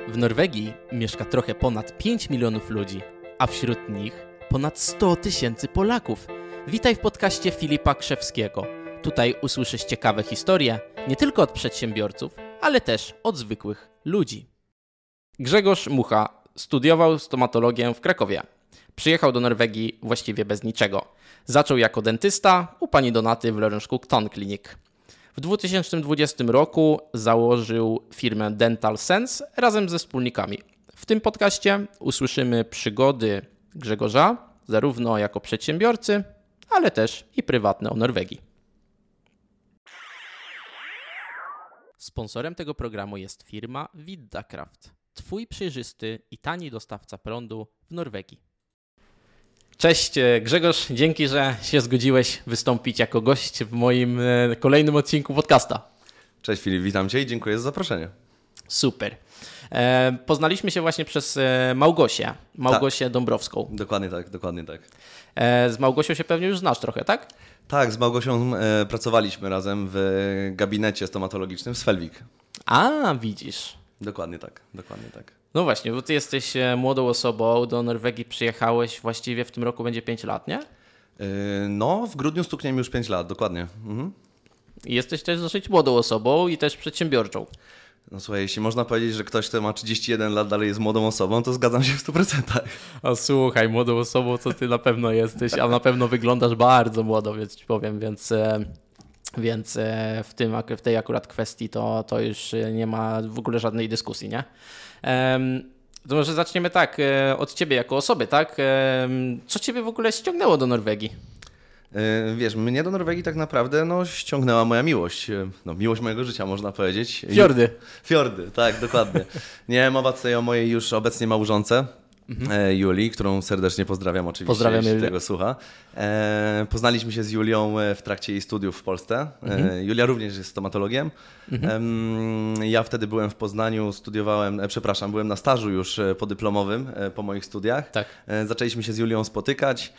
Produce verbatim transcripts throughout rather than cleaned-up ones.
W Norwegii mieszka trochę ponad pięć milionów ludzi, a wśród nich ponad sto tysięcy Polaków. Witaj w podcaście Filipa Krzewskiego. Tutaj usłyszysz ciekawe historie nie tylko od przedsiębiorców, ale też od zwykłych ludzi. Grzegorz Mucha studiował stomatologię w Krakowie. Przyjechał do Norwegii właściwie bez niczego. Zaczął jako dentysta u pani Donaty w Lørenskog Tandklinik. W dwa tysiące dwudziestym roku założył firmę Dental Sense razem ze wspólnikami. W tym podcaście usłyszymy przygody Grzegorza, zarówno jako przedsiębiorcy, ale też i prywatne o Norwegii. Sponsorem tego programu jest firma Viddakraft, twój przejrzysty i tani dostawca prądu w Norwegii. Cześć Grzegorz, dzięki, że się zgodziłeś wystąpić jako gość w moim kolejnym odcinku podcasta. Cześć Filip, witam Cię i dziękuję za zaproszenie. Super. E, poznaliśmy się właśnie przez Małgosię, Małgosię tak. Dąbrowską. Dokładnie tak, dokładnie tak. E, z Małgosią się pewnie już znasz trochę, tak? Tak, z Małgosią e, pracowaliśmy razem w gabinecie stomatologicznym w Svelvik. A, widzisz. Dokładnie tak, dokładnie tak. No właśnie, bo ty jesteś młodą osobą, do Norwegii przyjechałeś właściwie w tym roku będzie pięć lat, nie? Yy, no, w grudniu stuknie mi już pięć lat, dokładnie. Mhm. I jesteś też dosyć młodą osobą i też przedsiębiorczą. No słuchaj, jeśli można powiedzieć, że ktoś, kto ma trzydzieści jeden lat dalej jest młodą osobą, to zgadzam się w stu procentach. A słuchaj, młodą osobą to ty na pewno jesteś, a na pewno wyglądasz bardzo młodo, więc ci powiem, więc... Więc w, tym, w tej akurat kwestii to, to już nie ma w ogóle żadnej dyskusji, nie? To może zaczniemy tak, od Ciebie jako osoby, tak? Co Ciebie w ogóle ściągnęło do Norwegii? Wiesz, mnie do Norwegii tak naprawdę no, ściągnęła moja miłość. No, miłość mojego życia, można powiedzieć. Fiordy. Fiordy, tak, dokładnie. Nie, mowa tutaj o mojej już obecnie małżonce. Mhm. Julii, którą serdecznie pozdrawiam oczywiście, Pozdrawiam jeśli Julię. tego słucha. E, poznaliśmy się z Julią w trakcie jej studiów w Polsce. Mhm. E, Julia również jest stomatologiem. Mhm. E, ja wtedy byłem w Poznaniu, studiowałem, e, przepraszam, byłem na stażu już podyplomowym e, po moich studiach. Tak. E, zaczęliśmy się z Julią spotykać.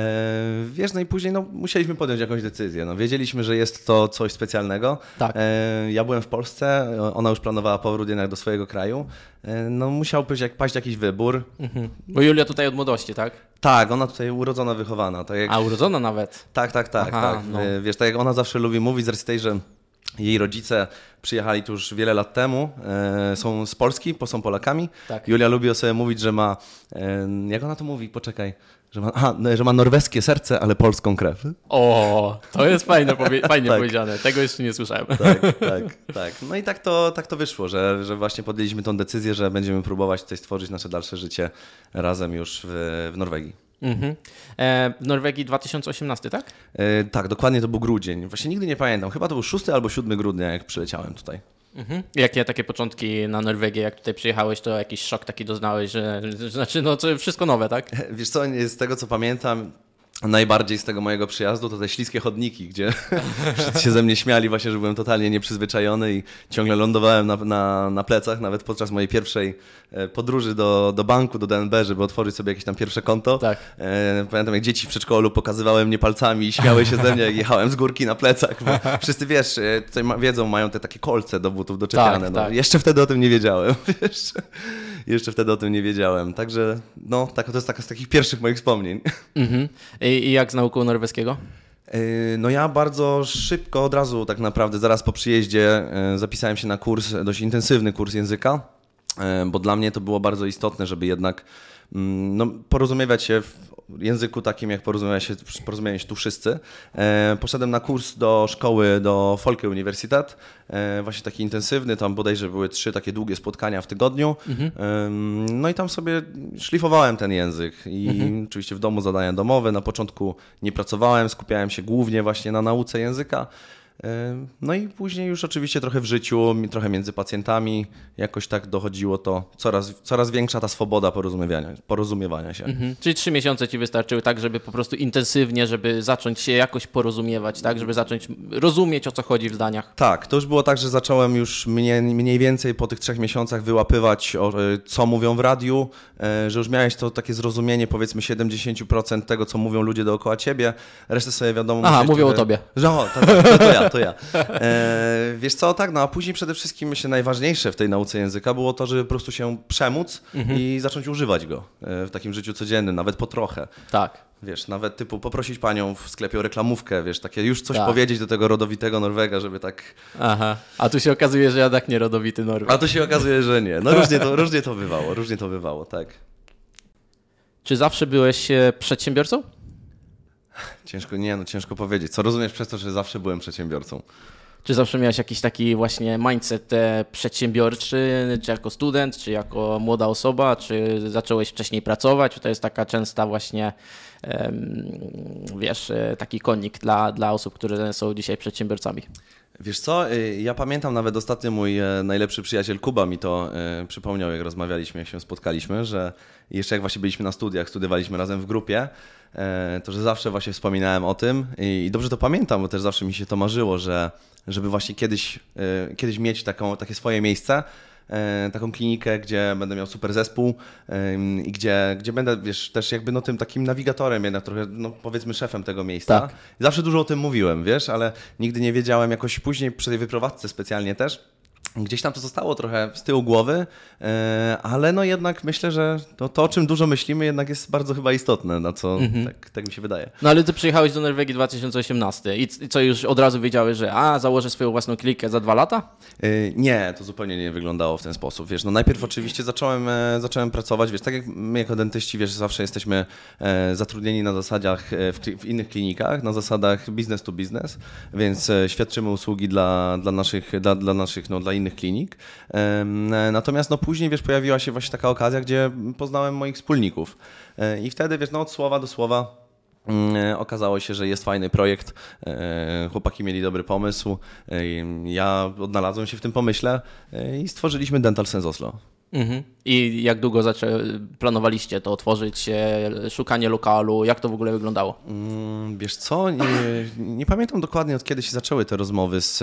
E, wiesz, no i później no, musieliśmy podjąć jakąś decyzję. No, wiedzieliśmy, że jest to coś specjalnego. Tak. E, ja byłem w Polsce, ona już planowała powrót jednak do swojego kraju. E, no musiał być jak, paść jakiś wybór. Mhm. Bo Julia tutaj od młodości, tak? Tak, ona tutaj urodzona, wychowana. Tak jak... A, urodzona nawet? Tak, tak, tak. Aha, tak. No. Wiesz, tak jak ona zawsze lubi mówić z racji tej, że jej rodzice przyjechali tu już wiele lat temu, e, są z Polski, są Polakami. Tak. Julia lubi o sobie mówić, że ma, e, jak ona to mówi, poczekaj, że ma, aha, że ma norweskie serce, ale polską krew. O, to jest fajne, powie- fajnie tak. powiedziane, tego jeszcze nie słyszałem. Tak, tak, tak. No i tak to, tak to wyszło, że, że właśnie podjęliśmy tą decyzję, że będziemy próbować tutaj stworzyć nasze dalsze życie razem już w, w Norwegii. Mhm. E, w Norwegii dwa tysiące osiemnasty, tak? E, tak, dokładnie to był grudzień. Właśnie nigdy nie pamiętam. Chyba to był szósty albo siódmy grudnia, jak przyleciałem tutaj. Mhm. Jakie takie początki na Norwegię, jak tutaj przyjechałeś, to jakiś szok taki doznałeś, że, że znaczy no to wszystko nowe, tak? Wiesz co, z tego co pamiętam, najbardziej z tego mojego przyjazdu to te śliskie chodniki, gdzie wszyscy się ze mnie śmiali właśnie, że byłem totalnie nieprzyzwyczajony i ciągle lądowałem na, na, na plecach, nawet podczas mojej pierwszej podróży do, do banku, do D N B, żeby otworzyć sobie jakieś tam pierwsze konto. Tak. Pamiętam, jak dzieci w przedszkolu pokazywały mnie palcami i śmiały się ze mnie, jak jechałem z górki na plecach, bo wszyscy, wiesz, tutaj wiedzą, mają te takie kolce do butów doczepiane. Tak, no. tak. Jeszcze wtedy o tym nie wiedziałem, wiesz. Jeszcze wtedy o tym nie wiedziałem. Także no, tak, to jest taka z takich pierwszych moich wspomnień. Mhm. I, I jak z nauką norweskiego? No ja bardzo szybko, od razu tak naprawdę, zaraz po przyjeździe zapisałem się na kurs, dość intensywny kurs języka, bo dla mnie to było bardzo istotne, żeby jednak no, porozumiewać się w języku takim, jak porozumiewają się, porozumiewają się tu wszyscy. E, poszedłem na kurs do szkoły, do Folkeuniversitet, e, właśnie taki intensywny, tam bodajże były trzy takie długie spotkania w tygodniu. Mhm. E, no i tam sobie szlifowałem ten język i mhm. oczywiście w domu zadania domowe. Na początku nie pracowałem, skupiałem się głównie właśnie na nauce języka. No i później już oczywiście trochę w życiu, trochę między pacjentami jakoś tak dochodziło to, coraz, coraz większa ta swoboda porozumiewania, porozumiewania się. Mhm. Czyli trzy miesiące ci wystarczyły tak, żeby po prostu intensywnie, żeby zacząć się jakoś porozumiewać, tak, żeby zacząć rozumieć, o co chodzi w zdaniach. Tak, to już było tak, że zacząłem już mniej, mniej więcej po tych trzech miesiącach wyłapywać, o, co mówią w radiu, że już miałeś to takie zrozumienie, powiedzmy siedemdziesiąt procent tego, co mówią ludzie dookoła ciebie, resztę sobie wiadomo... Aha, mówią trochę... o tobie. Że o, to, to, to ja. ja, to ja. E, wiesz co, tak, no a później przede wszystkim myślę najważniejsze w tej nauce języka było to, żeby po prostu się przemóc mhm. i zacząć używać go w takim życiu codziennym, nawet po trochę. Tak. Wiesz, nawet typu poprosić panią w sklepie o reklamówkę, wiesz, takie już coś tak. powiedzieć do tego rodowitego Norwega, żeby tak... Aha, a tu się okazuje, że jednak nie rodowity Norweg. A tu się okazuje, że nie. No różnie to, różnie to bywało, różnie to bywało, tak. Czy zawsze byłeś przedsiębiorcą? Ciężko, nie no, ciężko powiedzieć. Co rozumiesz przez to, że zawsze byłem przedsiębiorcą? Czy zawsze miałeś jakiś taki właśnie mindset przedsiębiorczy, czy jako student, czy jako młoda osoba, czy zacząłeś wcześniej pracować? To jest taka częsta właśnie, wiesz, taki konik dla, dla osób, które są dzisiaj przedsiębiorcami. Wiesz co, ja pamiętam nawet ostatnio mój najlepszy przyjaciel Kuba mi to przypomniał, jak rozmawialiśmy, jak się spotkaliśmy, że jeszcze jak właśnie byliśmy na studiach, studiowaliśmy razem w grupie, to że zawsze właśnie wspominałem o tym i dobrze to pamiętam, bo też zawsze mi się to marzyło, że żeby właśnie kiedyś, kiedyś mieć taką, takie swoje miejsce, taką klinikę, gdzie będę miał super zespół i gdzie, gdzie będę, wiesz, też jakby no tym takim nawigatorem, jednak trochę, no powiedzmy szefem tego miejsca. Tak. Zawsze dużo o tym mówiłem, wiesz, ale nigdy nie wiedziałem jakoś później przy tej wyprowadzce specjalnie też. Gdzieś tam to zostało trochę z tyłu głowy, ale no jednak myślę, że to, to o czym dużo myślimy, jednak jest bardzo chyba istotne, na co mhm. tak, tak mi się wydaje. No ale ty przyjechałeś do Norwegii dwa tysiące osiemnasty i co, już od razu wiedziałeś, że a, założę swoją własną klinikę za dwa lata? Nie, to zupełnie nie wyglądało w ten sposób, wiesz, no najpierw oczywiście zacząłem, zacząłem pracować, wiesz, tak jak my jako dentyści, wiesz, zawsze jesteśmy zatrudnieni na zasadach w, w innych klinikach, na zasadach business to business, więc świadczymy usługi dla, dla naszych, dla, dla naszych, no dla innych innych klinik. Natomiast no później, wiesz, pojawiła się właśnie taka okazja, gdzie poznałem moich wspólników. I wtedy, wiesz, no od słowa do słowa okazało się, że jest fajny projekt, chłopaki mieli dobry pomysł, ja odnalazłem się w tym pomyśle i stworzyliśmy Dental Sense Oslo. Mhm. I jak długo zaczę... planowaliście to otworzyć, szukanie lokalu, jak to w ogóle wyglądało? Wiesz co, nie, nie pamiętam dokładnie, od kiedy się zaczęły te rozmowy z,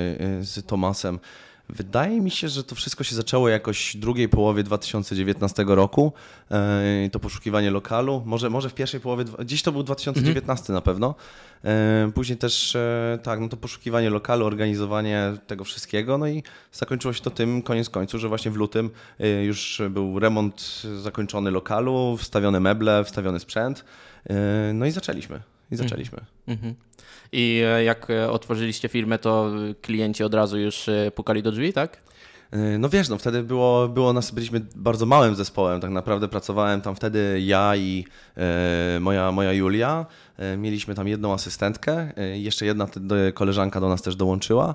z Tomasem. Wydaje mi się, że to wszystko się zaczęło jakoś w drugiej połowie dwa tysiące dziewiętnastego roku, to poszukiwanie lokalu, może, może w pierwszej połowie, gdzieś to był dwa tysiące dziewiętnasty mhm. na pewno, później też tak, no to poszukiwanie lokalu, organizowanie tego wszystkiego, no i zakończyło się to tym koniec końców, że właśnie w lutym już był remont zakończony lokalu, wstawione meble, wstawiony sprzęt, no i zaczęliśmy, i zaczęliśmy. Mhm. I jak otworzyliście firmę, to klienci od razu już pukali do drzwi, tak? No wiesz, no wtedy było, było nas, byliśmy bardzo małym zespołem, tak naprawdę pracowałem tam wtedy ja i e, moja, moja Julia, e, mieliśmy tam jedną asystentkę, e, jeszcze jedna te, koleżanka do nas też dołączyła.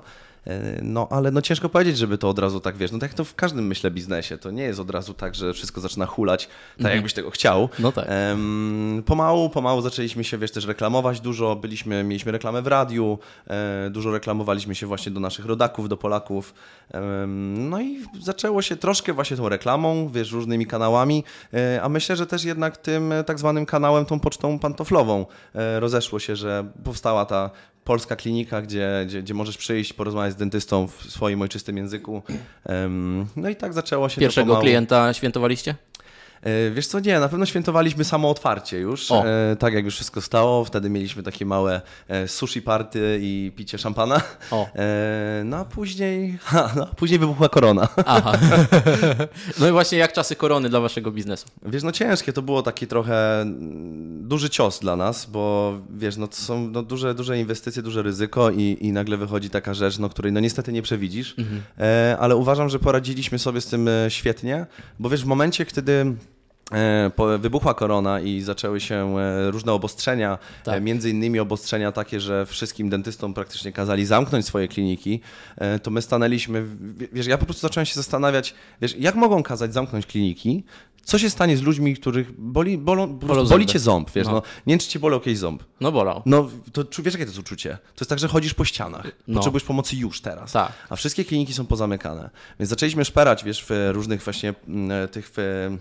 No, ale no ciężko powiedzieć, żeby to od razu tak, wiesz, no tak jak to w każdym, myślę, biznesie, to nie jest od razu tak, że wszystko zaczyna hulać tak, mm. jakbyś tego chciał. No tak. Um, pomału, pomału zaczęliśmy się, wiesz, też reklamować dużo, byliśmy, mieliśmy reklamę w radiu, e, dużo reklamowaliśmy się właśnie do naszych rodaków, do Polaków, um, no i zaczęło się troszkę właśnie tą reklamą, wiesz, różnymi kanałami, e, a myślę, że też jednak tym tak zwanym kanałem, tą pocztą pantoflową e, rozeszło się, że powstała ta polska klinika, gdzie, gdzie, gdzie możesz przyjść, porozmawiać z dentystą w swoim ojczystym języku. No i tak zaczęło się Pierwszego to pomału. klienta świętowaliście? Wiesz co, nie, na pewno świętowaliśmy samo otwarcie już, o. tak jak już wszystko stało, wtedy mieliśmy takie małe sushi party i picie szampana, o. no a później, ha, no, później wybuchła korona. Aha. No i właśnie jak czasy korony dla waszego biznesu? Wiesz, no ciężkie, to było taki trochę duży cios dla nas, bo wiesz, no to są no, duże, duże inwestycje, duże ryzyko i, i nagle wychodzi taka rzecz, no, której no niestety nie przewidzisz, mhm. ale uważam, że poradziliśmy sobie z tym świetnie, bo wiesz, w momencie, kiedy wybuchła korona i zaczęły się różne obostrzenia, tak. między innymi obostrzenia takie, że wszystkim dentystom praktycznie kazali zamknąć swoje kliniki, to my stanęliśmy, wiesz, ja po prostu zacząłem się zastanawiać, wiesz, jak mogą kazać zamknąć kliniki, co się stanie z ludźmi, których boli, bolą, boli cię ząb, wiesz, no. no. Nie wiem, czy cię bolał kiedyś ząb. No bolał. No, to wiesz, jakie to jest uczucie? To jest tak, że chodzisz po ścianach, no. potrzebujesz pomocy już teraz, tak. a wszystkie kliniki są pozamykane. Więc zaczęliśmy szperać, wiesz, w różnych właśnie tych w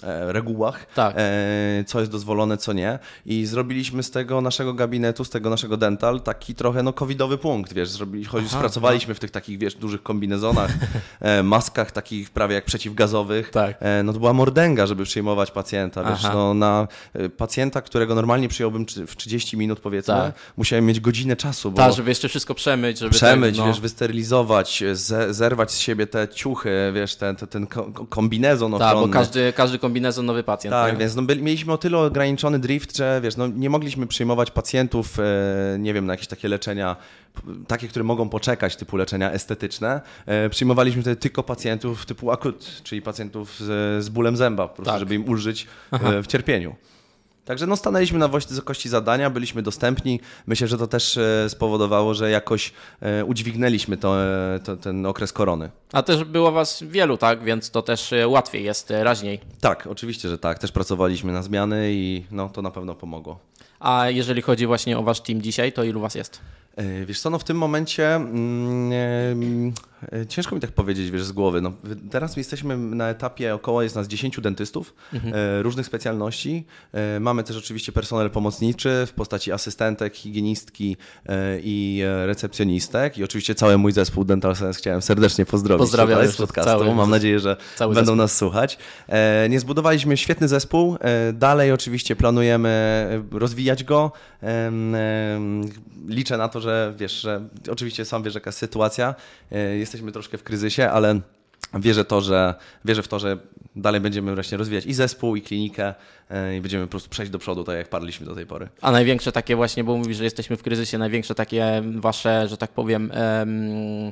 e, regułach, tak. e, co jest dozwolone, co nie. I zrobiliśmy z tego naszego gabinetu, z tego naszego dental taki trochę no covidowy punkt, wiesz, zrobili, choć pracowaliśmy no. w tych takich, wiesz, dużych kombinezonach, e, maskach takich prawie jak przeciwgazowych. Tak. E, no to była mordęga, żeby przyjmować pacjenta, wiesz, no na e, pacjenta, którego normalnie przyjąłbym w trzydzieści minut powiedzmy, tak. musiałem mieć godzinę czasu. Bo tak, żeby jeszcze wszystko przemyć. Żeby przemyć, tak, no. wiesz, wysterylizować, z, zerwać z siebie te ciuchy, wiesz, ten, ten, ten kombinezon ochronny. Tak, bo każdy, każdy kombinezon nowy pacjent. Tak, nie? więc no, byli, mieliśmy o tyle ograniczony drift, że wiesz, no, nie mogliśmy przyjmować pacjentów, e, nie wiem, na jakieś takie leczenia, takie, które mogą poczekać, typu leczenia estetyczne. E, przyjmowaliśmy wtedy tylko pacjentów typu akut, czyli pacjentów z, z bólem zęba, po prostu, tak. żeby im ulżyć e, w cierpieniu. Także no, stanęliśmy na wysokości zadania, byliśmy dostępni. Myślę, że to też spowodowało, że jakoś udźwignęliśmy to, to, ten okres korony. A też było was wielu, tak? Więc to też łatwiej jest, raźniej. Tak, oczywiście, że tak. Też pracowaliśmy na zmiany i no, to na pewno pomogło. A jeżeli chodzi właśnie o wasz team dzisiaj, to ilu was jest? Wiesz co, no w tym momencie mm, e, ciężko mi tak powiedzieć, wiesz, z głowy. No, teraz jesteśmy na etapie około, jest nas dziesięciu dentystów mhm. e, różnych specjalności. E, mamy też oczywiście personel pomocniczy w postaci asystentek, higienistki e, i recepcjonistek i oczywiście cały mój zespół Dental Sense chciałem serdecznie pozdrowić. Pozdrawiam z podcastu. Cały, Mam nadzieję, że będą zespół. nas słuchać. E, nie zbudowaliśmy świetny zespół. E, dalej oczywiście planujemy rozwijać go. E, e, liczę na to, że wiesz, że oczywiście sam wiesz, jaka jest sytuacja, jesteśmy troszkę w kryzysie, ale wierzę, to, że, wierzę w to, że dalej będziemy właśnie rozwijać i zespół, i klinikę i będziemy po prostu przejść do przodu, tak jak padliśmy do tej pory. A największe takie właśnie, bo mówisz, że jesteśmy w kryzysie, największe takie wasze, że tak powiem... Um...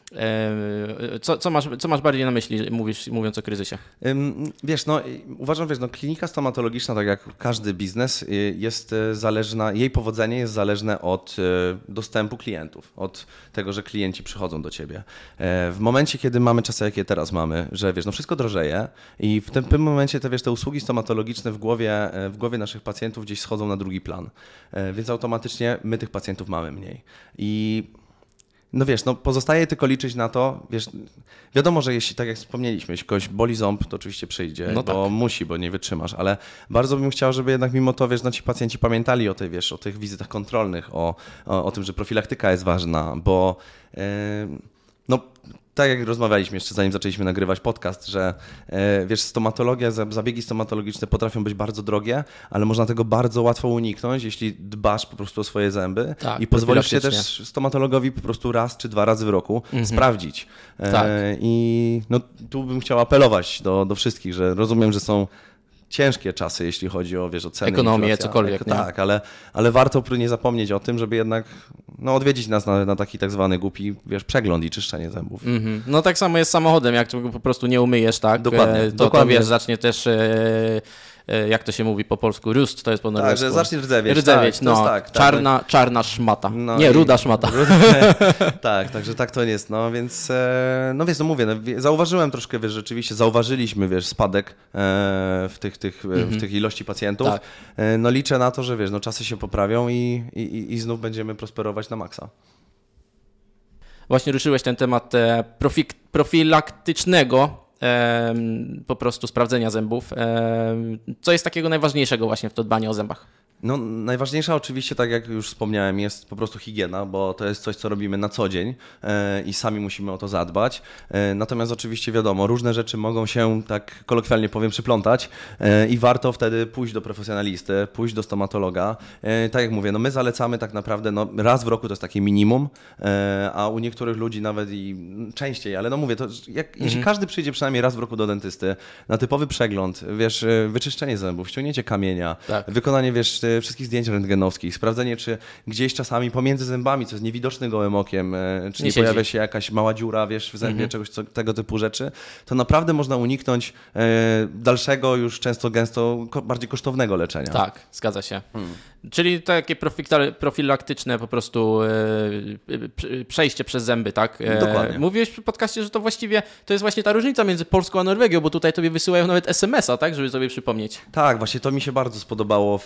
Co, co, masz, co masz bardziej na myśli, mówisz, mówiąc o kryzysie? Wiesz, no uważam, wiesz, no klinika stomatologiczna, tak jak każdy biznes, jest zależna, jej powodzenie jest zależne od dostępu klientów, od tego, że klienci przychodzą do ciebie. W momencie, kiedy mamy czasy, jakie teraz mamy, że wiesz, no wszystko drożeje i w tym, w tym momencie te, wiesz, te usługi stomatologiczne w głowie, w głowie naszych pacjentów gdzieś schodzą na drugi plan, więc automatycznie my tych pacjentów mamy mniej. I no wiesz, no pozostaje tylko liczyć na to, wiesz, wiadomo, że jeśli, tak jak wspomnieliśmy, jeśli kogoś boli ząb, to oczywiście przyjdzie, no bo tak. musi, bo nie wytrzymasz, ale bardzo bym chciał, żeby jednak mimo to, wiesz, no ci pacjenci pamiętali o tej, wiesz, o tych wizytach kontrolnych, o, o, o tym, że profilaktyka jest ważna, bo yy, no tak jak rozmawialiśmy jeszcze zanim zaczęliśmy nagrywać podcast, że e, wiesz, stomatologia, zabiegi stomatologiczne potrafią być bardzo drogie, ale można tego bardzo łatwo uniknąć, jeśli dbasz po prostu o swoje zęby tak, i pozwolisz się też stomatologowi po prostu raz czy dwa razy w roku mhm. sprawdzić. E, tak. I no, tu bym chciał apelować do, do wszystkich, że rozumiem, że są ciężkie czasy, jeśli chodzi o, wiesz, o ceny. Ekonomię, inflacja, cokolwiek. Tak, tak, ale, ale warto nie zapomnieć o tym, żeby jednak no, odwiedzić nas na, na taki tak zwany głupi, wiesz, przegląd i czyszczenie zębów. Mm-hmm. No tak samo jest z samochodem, jak to po prostu nie umyjesz, tak? Dokładnie. To, dokładnie. to wiesz, zacznie też... E... jak to się mówi po polsku, rust to jest po norwesku. Tak, że zacznie rdzewieć. Rdzewieć, tak, no, tak, czarna, tak. czarna szmata. No nie, i... ruda szmata. tak, także tak to jest, no więc, no wiesz, no mówię, no, zauważyłem troszkę, wiesz, rzeczywiście zauważyliśmy, wiesz, spadek e, w, tych, tych, mm-hmm. w tych ilości pacjentów. Tak. E, no liczę na to, że wiesz, no czasy się poprawią i, i, i znów będziemy prosperować na maksa. Właśnie ruszyłeś ten temat profik- profilaktycznego po prostu sprawdzenia zębów. Co jest takiego najważniejszego właśnie w to dbanie o zębach? No, najważniejsza oczywiście, tak jak już wspomniałem, jest po prostu higiena, bo to jest coś, co robimy na co dzień e, i sami musimy o to zadbać. E, natomiast oczywiście wiadomo, różne rzeczy mogą się, tak kolokwialnie powiem, przyplątać e, i warto wtedy pójść do profesjonalisty, pójść do stomatologa. E, tak jak mówię, no my zalecamy tak naprawdę no, raz w roku to jest takie minimum, e, a u niektórych ludzi nawet i częściej, ale no mówię, to jak, mhm. jeśli każdy przyjdzie przynajmniej raz w roku do dentysty na typowy przegląd, wiesz, wyczyszczenie zębów, ściągnięcie kamienia, tak. wykonanie, wiesz, wszystkich zdjęć rentgenowskich, sprawdzenie, czy gdzieś czasami pomiędzy zębami, co jest niewidoczne gołym okiem, czy nie, nie pojawia się jakaś mała dziura, wiesz, w zębie, mhm. czegoś co, tego typu rzeczy, to naprawdę można uniknąć e, dalszego, już często gęsto ko- bardziej kosztownego leczenia. Tak, zgadza się. Hmm. Czyli takie profilaktyczne po prostu e, przejście przez zęby, tak? E, Dokładnie. Mówiłeś w podcaście, że to właściwie to jest właśnie ta różnica między Polską a Norwegią, bo tutaj tobie wysyłają nawet es em es a, tak? Żeby sobie przypomnieć. Tak, właśnie to mi się bardzo spodobało w, tu w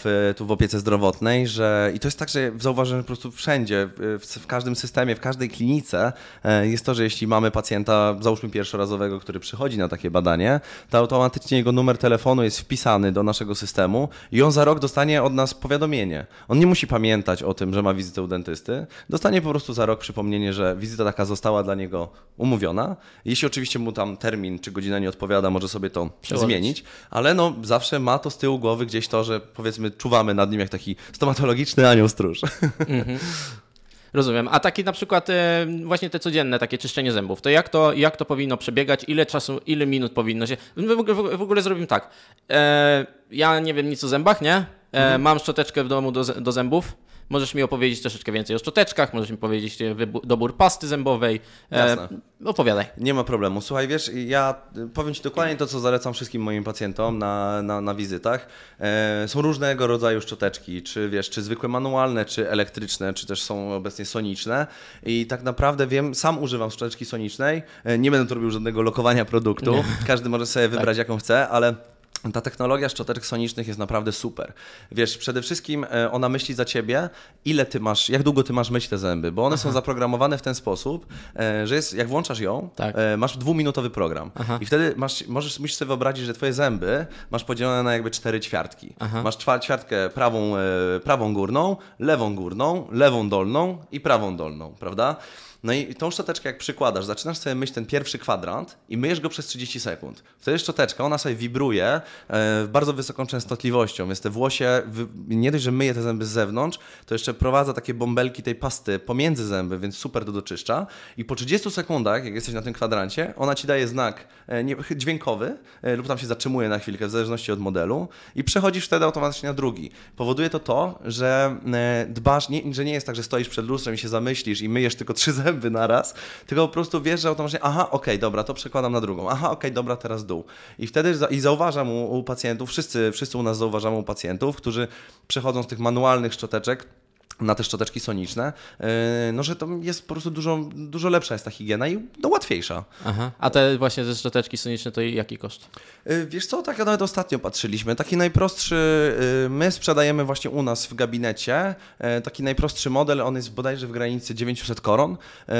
w opiece zdrowotnej, że i to jest tak, że zauważyłem po prostu wszędzie, w, w każdym systemie, w każdej klinice jest to, że jeśli mamy pacjenta, załóżmy pierwszorazowego, który przychodzi na takie badanie, to automatycznie jego numer telefonu jest wpisany do naszego systemu i on za rok dostanie od nas powiadomienie. On nie musi pamiętać o tym, że ma wizytę u dentysty, dostanie po prostu za rok przypomnienie, że wizyta taka została dla niego umówiona. Jeśli oczywiście mu tam termin czy godzina nie odpowiada, może sobie to Przełożyć. zmienić, ale no zawsze ma to z tyłu głowy gdzieś to, że powiedzmy czuwamy nad nim jak taki stomatologiczny anioł stróż. Mm-hmm. Rozumiem. A takie na przykład e, właśnie te codzienne takie czyszczenie zębów, to jak to, jak to powinno przebiegać, ile czasu, ile minut powinno się... W ogóle, w ogóle zrobimy tak. E, ja nie wiem nic o zębach, nie? E, mhm. Mam szczoteczkę w domu do, do zębów. Możesz mi opowiedzieć troszeczkę więcej o szczoteczkach, możesz mi powiedzieć wybór, dobór pasty zębowej. Jasne. E, opowiadaj. Nie ma problemu. Słuchaj, wiesz, ja powiem Ci dokładnie to, co zalecam wszystkim moim pacjentom na, na, na wizytach. E, są różnego rodzaju szczoteczki, czy wiesz, czy zwykłe manualne, czy elektryczne, czy też są obecnie soniczne. I tak naprawdę wiem, sam używam szczoteczki sonicznej. E, nie będę tu robił żadnego lokowania produktu. Nie. Każdy może sobie wybrać, tak. jaką chce, ale... Ta technologia szczoteczek sonicznych jest naprawdę super. Wiesz, przede wszystkim ona myśli za ciebie, ile ty masz, jak długo ty masz myć te zęby, bo one Aha. są zaprogramowane w ten sposób, że jest, jak włączasz ją, tak. masz dwuminutowy program. Aha. I wtedy masz, możesz, musisz sobie wyobrazić, że twoje zęby masz podzielone na jakby cztery ćwiartki. Aha. Masz ćwiartkę prawą, prawą górną, lewą górną, lewą dolną i prawą dolną, prawda? No i tą szczoteczkę jak przykładasz, zaczynasz sobie myć ten pierwszy kwadrant i myjesz go przez trzydzieści sekund. Wtedy szczoteczka, ona sobie wibruje e, bardzo wysoką częstotliwością, więc te włosie, wy, nie dość, że myje te zęby z zewnątrz, to jeszcze prowadza takie bąbelki tej pasty pomiędzy zęby, więc super to doczyszcza. I po trzydziestu sekundach, jak jesteś na tym kwadrancie, ona ci daje znak e, nie, dźwiękowy e, lub tam się zatrzymuje na chwilkę, w zależności od modelu i przechodzisz wtedy automatycznie na drugi. Powoduje to to, że e, dbasz, nie, że nie jest tak, że stoisz przed lustrem i się zamyślisz i myjesz tylko trzy zęby, zęby naraz, tylko po prostu wiesz, że automatycznie, aha, okej, okay, dobra, to przekładam na drugą, aha, okej, okay, dobra, teraz dół. I wtedy za, i zauważam u, u pacjentów, wszyscy, wszyscy u nas zauważamy u pacjentów, którzy przechodzą z tych manualnych szczoteczek na te szczoteczki soniczne, no że to jest po prostu dużo, dużo lepsza jest ta higiena i no, łatwiejsza. Aha. A te właśnie ze szczoteczki soniczne to jaki koszt? Wiesz co, tak nawet ostatnio patrzyliśmy. Taki najprostszy, my sprzedajemy właśnie u nas w gabinecie, taki najprostszy model, on jest bodajże w granicy dziewięćset koron.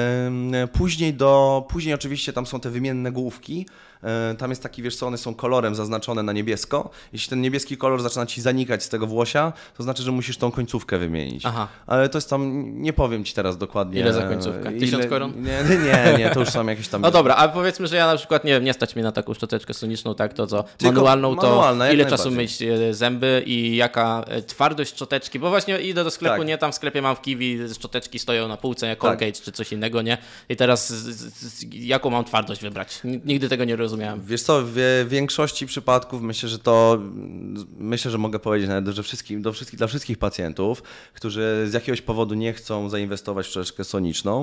Później do, później oczywiście tam są te wymienne główki. Tam jest taki, wiesz co, one są kolorem zaznaczone na niebiesko. Jeśli ten niebieski kolor zaczyna ci zanikać z tego włosia, to znaczy, że musisz tą końcówkę wymienić. Aha. Ale to jest tam, nie powiem ci teraz dokładnie. Ile za końcówkę? Tysiąc koron? Nie, nie, nie, to już są jakieś tam... No dobra, a powiedzmy, że ja na przykład, nie wiem, nie stać mnie na taką szczoteczkę soniczną, tak, to co, Tylko manualną, to manualna, ile czasu myć zęby i jaka twardość szczoteczki, bo właśnie idę do sklepu, tak. nie, tam w sklepie mam w Kiwi, szczoteczki stoją na półce, jak Colgate tak. czy coś innego, nie? I teraz z, z, jaką mam twardość wybrać? Nigdy tego nie rozumiałem. Wiesz co, w większości przypadków myślę, że to, myślę, że mogę powiedzieć nawet, że wszystkim, do wszystkich, dla wszystkich pacjentów, którzy z jakiegoś powodu nie chcą zainwestować w szczoteczkę soniczną,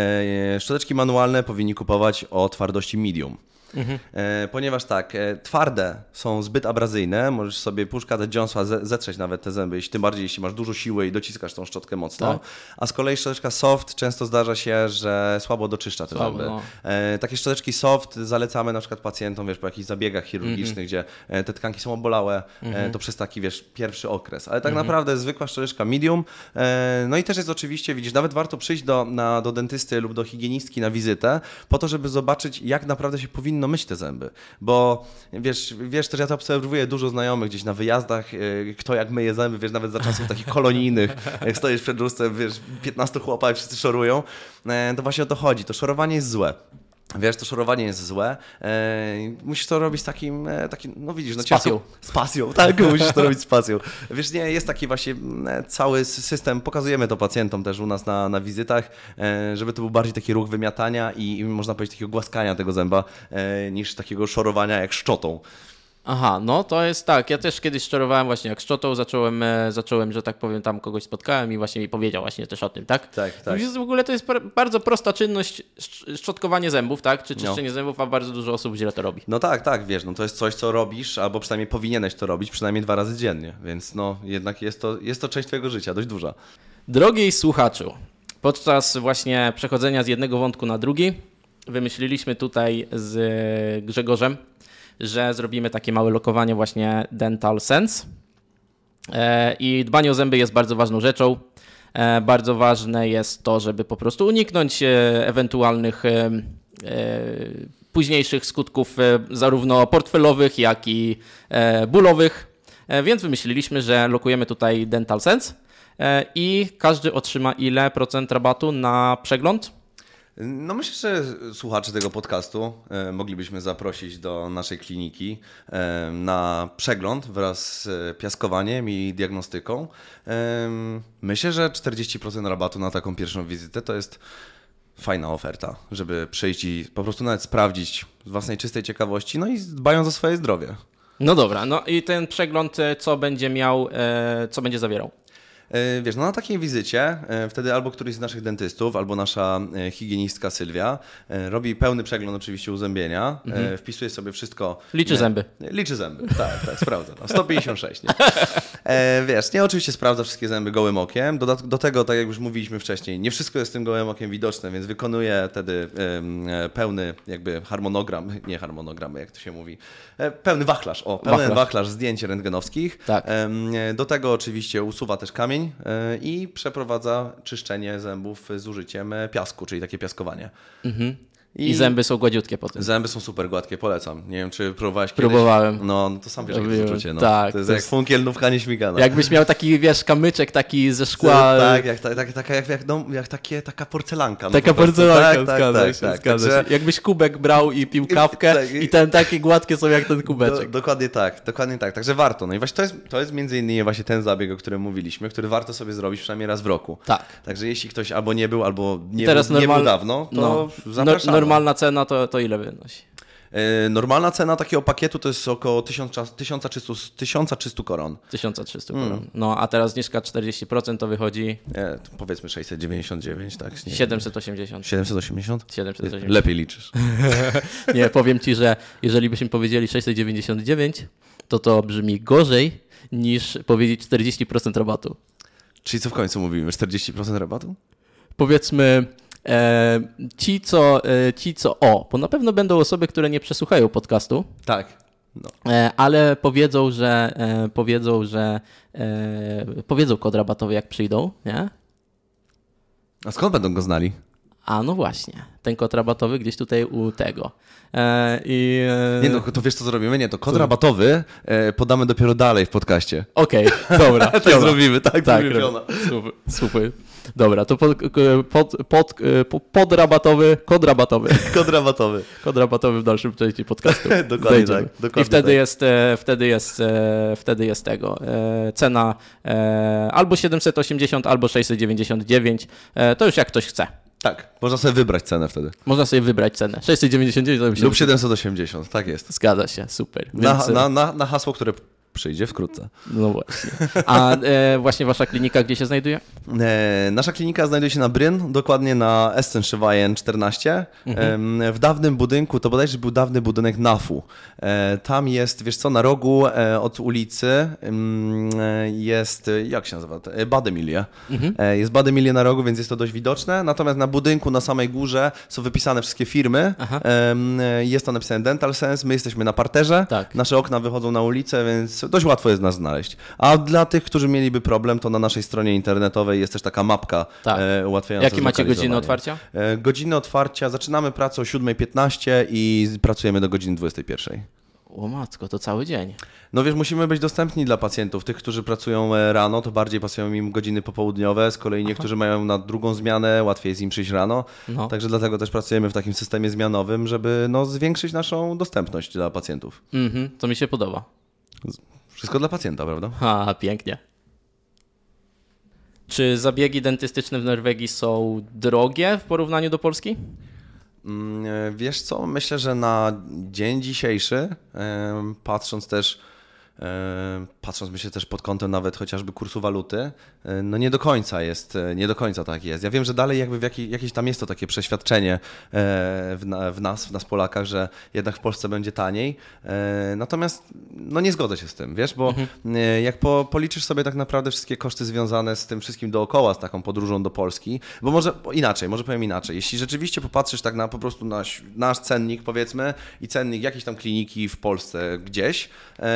e, szczoteczki manualne powinni kupować o twardości medium. Mhm. E, ponieważ tak, e, twarde są zbyt abrazyjne, możesz sobie puszka te dziąsła zetrzeć nawet te zęby, jeśli, tym bardziej jeśli masz dużo siły i dociskasz tą szczotkę mocno, tak. a z kolei szczoteczka soft często zdarza się, że słabo doczyszcza te słabo, zęby. No. E, takie szczoteczki soft zalecamy na przykład pacjentom, wiesz, po jakichś zabiegach chirurgicznych, mhm. gdzie e, te tkanki są obolałe, mhm. e, to przez taki, wiesz, pierwszy okres, ale tak mhm. naprawdę zwykła szczoteczka medium, e, no i też jest oczywiście, widzisz, nawet warto przyjść do, na, do dentysty lub do higienistki na wizytę, po to, żeby zobaczyć, jak naprawdę się powinno myć te zęby, bo wiesz, wiesz też ja to obserwuję dużo znajomych gdzieś na wyjazdach, kto jak myje zęby, wiesz, nawet za czasów takich kolonijnych, jak stoisz przed lustrem, wiesz, piętnastu chłopa i wszyscy szorują, to właśnie o to chodzi, to szorowanie jest złe. Wiesz, to szorowanie jest złe. Eee, musisz to robić z takim, e, takim no widzisz, no z pasją. Ciężko, z pasją, tak, musisz to robić z pasją. Wiesz, nie, jest taki właśnie e, cały system, pokazujemy to pacjentom też u nas na, na wizytach, e, żeby to był bardziej taki ruch wymiatania i, i można powiedzieć takiego głaskania tego zęba, e, niż takiego szorowania jak szczotą. Aha, no to jest tak. Ja też kiedyś szczerowałem właśnie jak szczotą, zacząłem, zacząłem, że tak powiem, tam kogoś spotkałem i właśnie mi powiedział właśnie też o tym, tak? Tak, tak. W ogóle to jest bardzo prosta czynność, szczotkowanie zębów, tak? Czy czyszczenie no. zębów, a bardzo dużo osób źle to robi. No tak, tak, wiesz, no to jest coś, co robisz, albo przynajmniej powinieneś to robić przynajmniej dwa razy dziennie, więc no jednak jest to, jest to część twojego życia, dość duża. Drogi słuchaczu, podczas właśnie przechodzenia z jednego wątku na drugi wymyśliliśmy tutaj z Grzegorzem, że zrobimy takie małe lokowanie właśnie Dental Sense. I dbanie o zęby jest bardzo ważną rzeczą. Bardzo ważne jest to, żeby po prostu uniknąć ewentualnych późniejszych skutków zarówno portfelowych, jak i bólowych. Więc wymyśliliśmy, że lokujemy tutaj Dental Sense i każdy otrzyma ile procent rabatu na przegląd? No myślę, że słuchaczy tego podcastu e, moglibyśmy zaprosić do naszej kliniki e, na przegląd wraz z piaskowaniem i diagnostyką. E, myślę, że czterdzieści procent rabatu na taką pierwszą wizytę to jest fajna oferta, żeby przyjść i po prostu nawet sprawdzić z własnej czystej ciekawości, no i dbając o swoje zdrowie. No dobra, no i ten przegląd co będzie miał, e, co będzie zawierał? Wiesz, no na takiej wizycie wtedy albo któryś z naszych dentystów, albo nasza higienistka Sylwia robi pełny przegląd oczywiście uzębienia, mhm. wpisuje sobie wszystko. Liczy nie, zęby. Liczy zęby, tak, tak, sprawdza. No, sto pięćdziesiąt sześć, nie? Wiesz, nie oczywiście sprawdza wszystkie zęby gołym okiem. Do, do tego, tak jak już mówiliśmy wcześniej, nie wszystko jest tym gołym okiem widoczne, więc wykonuje wtedy pełny jakby harmonogram, nie harmonogram, jak to się mówi, pełny wachlarz, o, pełny wachlarz, wachlarz zdjęć rentgenowskich. Tak. Do tego oczywiście usuwa też kamień i przeprowadza czyszczenie zębów z użyciem piasku, czyli takie piaskowanie. Mhm. I, I zęby są gładziutkie potem. Zęby są super gładkie, polecam. Nie wiem, czy próbowałeś kiedyś? Próbowałem. No, no to sam wiesz, jakie to jest uczucie. No. Tak. To jest to jak jest... funkielnówka nieśmigana. Jakbyś miał taki, wiesz, kamyczek taki ze szkła. Tak, jak, tak, tak, tak, jak, jak, no, jak takie, taka porcelanka. No, taka porcelanka, tak, zgadza tak, się, tak, zgadza tak, się. Jakbyś kubek brał i pił kawkę tak, i ten takie gładkie są jak ten kubeczek. Do, dokładnie tak, dokładnie tak. Także warto. No i właśnie to jest, to jest między innymi właśnie ten zabieg, o którym mówiliśmy, który warto sobie zrobić przynajmniej raz w roku. Tak. Także jeśli ktoś albo nie był, albo nie, Teraz był, normal... nie był dawno, to no. zapraszamy. Normalna cena to, to ile wynosi? Normalna cena takiego pakietu to jest około tysiąc trzysta koron. tysiąc trzysta koron. Mm. No a teraz zniżka czterdzieści procent to wychodzi... Nie, to powiedzmy sześćset dziewięćdziesiąt dziewięć, tak? Nie, siedemset osiemdziesiąt. siedemset osiemdziesiąt? siedemset osiemdziesiąt. Lepiej liczysz. Nie, powiem Ci, że jeżeli byśmy powiedzieli sześćset dziewięćdziesiąt dziewięć, to to brzmi gorzej niż powiedzieć czterdzieści procent rabatu. Czyli co w końcu mówimy? czterdzieści procent rabatu? Powiedzmy... E, ci, co, e, ci, co, o, bo na pewno będą osoby, które nie przesłuchają podcastu. Tak. No. E, ale powiedzą, że, e, powiedzą, że e, powiedzą kod rabatowy, jak przyjdą, nie? A skąd będą go znali? A no właśnie, ten kod rabatowy gdzieś tutaj u tego. E, i, e... Nie no, to wiesz co zrobimy? Nie, to kod co? rabatowy e, podamy dopiero dalej w podcaście. Okej, okay, dobra. tak piona. zrobimy, tak, tak zrobimy. Super, super. Dobra, to pod, pod, pod, pod rabatowy, kod rabatowy. Kod rabatowy. Kod rabatowy w dalszym części podcastu. Dokładnie Zejdziemy. tak. Dokładnie I wtedy tak. jest, wtedy jest, wtedy jest tego cena albo siedemset osiemdziesiąt, albo sześćset dziewięćdziesiąt dziewięć. To już jak ktoś chce. Tak, można sobie wybrać cenę wtedy. Można sobie wybrać cenę. sześćset dziewięćdziesiąt dziewięć lub siedemset osiemdziesiąt, tak jest. Zgadza się, super. Na, Więc... na, na, na hasło, które przyjdzie wkrótce. No właśnie. A e, właśnie wasza klinika gdzie się znajduje? E, nasza klinika znajduje się na Bryn, dokładnie na Estenschwaien czternaście. Mhm. E, w dawnym budynku, to bodajże był dawny budynek N A F-u. E, tam jest, wiesz co, na rogu e, od ulicy e, jest, jak się nazywa? E, Bademilie. Mhm. E, jest Bademilie na rogu, więc jest to dość widoczne. Natomiast na budynku, na samej górze są wypisane wszystkie firmy. E, jest to napisane Dental Sense. My jesteśmy na parterze. Tak. Nasze okna wychodzą na ulicę, więc dość łatwo jest nas znaleźć. A dla tych, którzy mieliby problem, to na naszej stronie internetowej jest też taka mapka tak. e, ułatwiająca. Jakie macie godziny otwarcia? E, godziny otwarcia, zaczynamy pracę o siódma piętnaście i pracujemy do godziny dwudziestej pierwszej. O matko, to cały dzień. No wiesz, musimy być dostępni dla pacjentów. Tych, którzy pracują rano, to bardziej pasują im godziny popołudniowe. Z kolei niektórzy Aha. mają na drugą zmianę, łatwiej jest im przyjść rano. No. Także dlatego też pracujemy w takim systemie zmianowym, żeby no, zwiększyć naszą dostępność dla pacjentów. Mhm, to mi się podoba. Wszystko dla pacjenta, prawda? Ha, pięknie. Czy zabiegi dentystyczne w Norwegii są drogie w porównaniu do Polski? Wiesz co, myślę, że na dzień dzisiejszy, patrząc też patrząc myślę też pod kątem nawet chociażby kursu waluty, no nie do końca jest, nie do końca tak jest. Ja wiem, że dalej jakby w jakiej, jakieś tam jest to takie przeświadczenie w, na, w nas, w nas Polakach, że jednak w Polsce będzie taniej. Natomiast no nie zgodzę się z tym, wiesz, bo mhm. jak po, policzysz sobie tak naprawdę wszystkie koszty związane z tym wszystkim dookoła, z taką podróżą do Polski, bo może inaczej, może powiem inaczej. Jeśli rzeczywiście popatrzysz tak na po prostu nasz, nasz cennik powiedzmy i cennik jakiejś tam kliniki w Polsce gdzieś i porównasz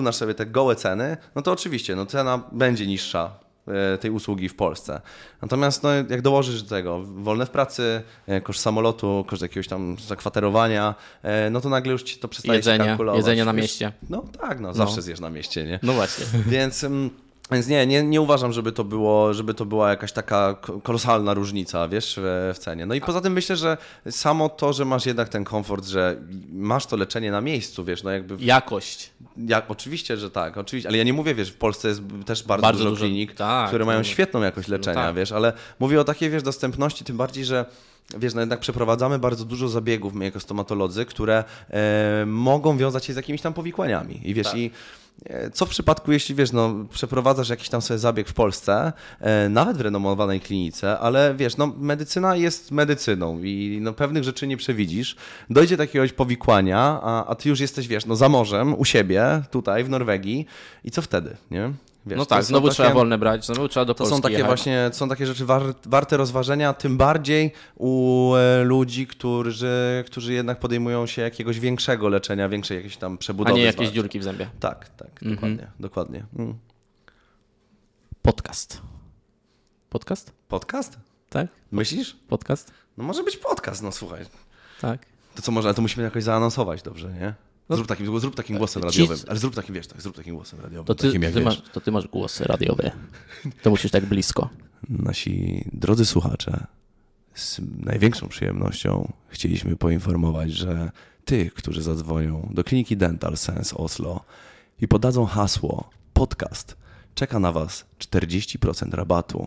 porównasz sobie te gołe ceny, no to oczywiście, no cena będzie niższa tej usługi w Polsce. Natomiast no, jak dołożysz do tego wolne w pracy, koszt samolotu, koszt jakiegoś tam zakwaterowania, no to nagle już ci to przestaje jedzenie, kalkulować. Jedzenie na mieście. No tak, no zawsze no. zjesz na mieście, nie? No właśnie. Więc... Więc nie, nie, nie uważam, żeby to, było, żeby to była jakaś taka kolosalna różnica, wiesz, w, w cenie. No i poza tym myślę, że samo to, że masz jednak ten komfort, że masz to leczenie na miejscu, wiesz, no jakby... Jakość. Jak, oczywiście, że tak, oczywiście, ale ja nie mówię, wiesz, w Polsce jest też bardzo, bardzo dużo, dużo klinik, tak, które mają świetną jakość leczenia, no tak. wiesz, ale mówię o takiej, wiesz, dostępności, tym bardziej, że wiesz, no jednak przeprowadzamy bardzo dużo zabiegów my jako stomatolodzy, które e, mogą wiązać się z jakimiś tam powikłaniami i wiesz, tak. i co w przypadku, jeśli wiesz, no, przeprowadzasz jakiś tam sobie zabieg w Polsce, e, nawet w renomowanej klinice, ale wiesz, no, medycyna jest medycyną i no, pewnych rzeczy nie przewidzisz. Dojdzie do jakiegoś powikłania, a, a ty już jesteś, wiesz, no, za morzem, u siebie, tutaj w Norwegii i co wtedy, nie? Wiesz, no tak, znowu takie, trzeba wolne brać, znowu trzeba do to Polski są takie jechać. właśnie, to są takie rzeczy war, warte rozważenia, tym bardziej u e, ludzi, którzy, którzy jednak podejmują się jakiegoś większego leczenia, większej jakiejś tam przebudowy. A nie jakieś dziurki w zębie. Tak, tak, mhm. dokładnie, dokładnie. Mm. Podcast. Podcast? Podcast? Tak. Myślisz? Podcast? No może być podcast, no słuchaj. Tak. To co może, ale to musimy jakoś zaanonsować dobrze, nie? Zrób takim, zrób takim głosem radiowym, ale zrób takim, wiesz, tak, zrób takim głosem radiowym. To ty, takim, jak ty, wiesz. masz, to ty masz głosy radiowe. To musisz tak blisko. Nasi drodzy słuchacze, z największą przyjemnością chcieliśmy poinformować, że tych, którzy zadzwonią do kliniki Dental Sense Oslo i podadzą hasło podcast, czeka na was czterdzieści procent rabatu.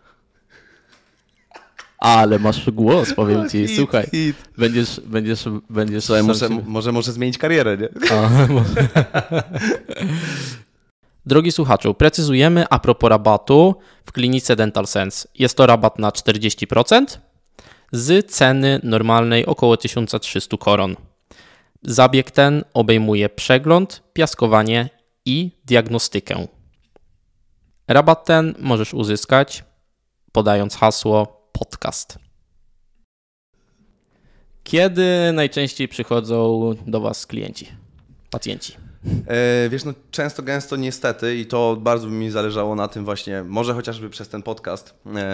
Ale masz głos, powiem ci, hit, słuchaj, hit. będziesz, będziesz, będziesz... Słuchaj, może, może, może zmienić karierę, nie? A, może. Drogi słuchaczu, precyzujemy a propos rabatu w klinice Dental Sense. Jest to rabat na czterdzieści procent z ceny normalnej około tysiąc trzysta koron. Zabieg ten obejmuje przegląd, piaskowanie i diagnostykę. Rabat ten możesz uzyskać podając hasło podcast. Kiedy najczęściej przychodzą do was klienci, pacjenci? E, wiesz, no często, gęsto niestety i to bardzo by mi zależało na tym właśnie, może chociażby przez ten podcast,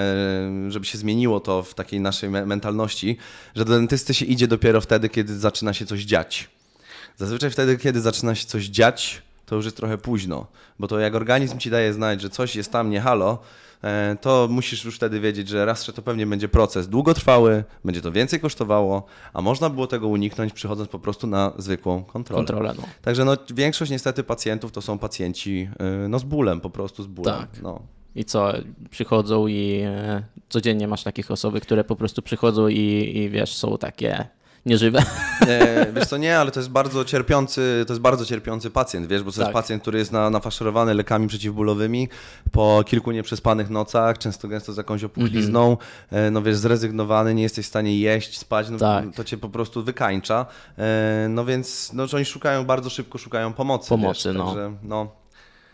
e, żeby się zmieniło to w takiej naszej me- mentalności, że do dentysty się idzie dopiero wtedy, kiedy zaczyna się coś dziać. Zazwyczaj wtedy, kiedy zaczyna się coś dziać, to już jest trochę późno, bo to jak organizm ci daje znać, że coś jest tam nie halo, to musisz już wtedy wiedzieć, że raz, że to pewnie będzie proces długotrwały, będzie to więcej kosztowało, a można było tego uniknąć przychodząc po prostu na zwykłą kontrolę. Kontrolę, no. Także no, większość niestety pacjentów to są pacjenci no, z bólem, po prostu z bólem. Tak. No. I co, przychodzą i e, codziennie masz takich osoby, które po prostu przychodzą i, i wiesz, są takie nieżywe. E, wiesz co, nie, ale to jest bardzo cierpiący, to jest bardzo cierpiący pacjent, wiesz, bo to tak. jest pacjent, który jest na, nafaszerowany lekami przeciwbólowymi po kilku nieprzespanych nocach, często gęsto z jakąś opuchlizną, mm-hmm. no wiesz, zrezygnowany, nie jesteś w stanie jeść, spać, no, tak. to cię po prostu wykańcza, e, no więc no, że oni szukają, bardzo szybko szukają pomocy. Pomocy, wiesz, no. Także, no.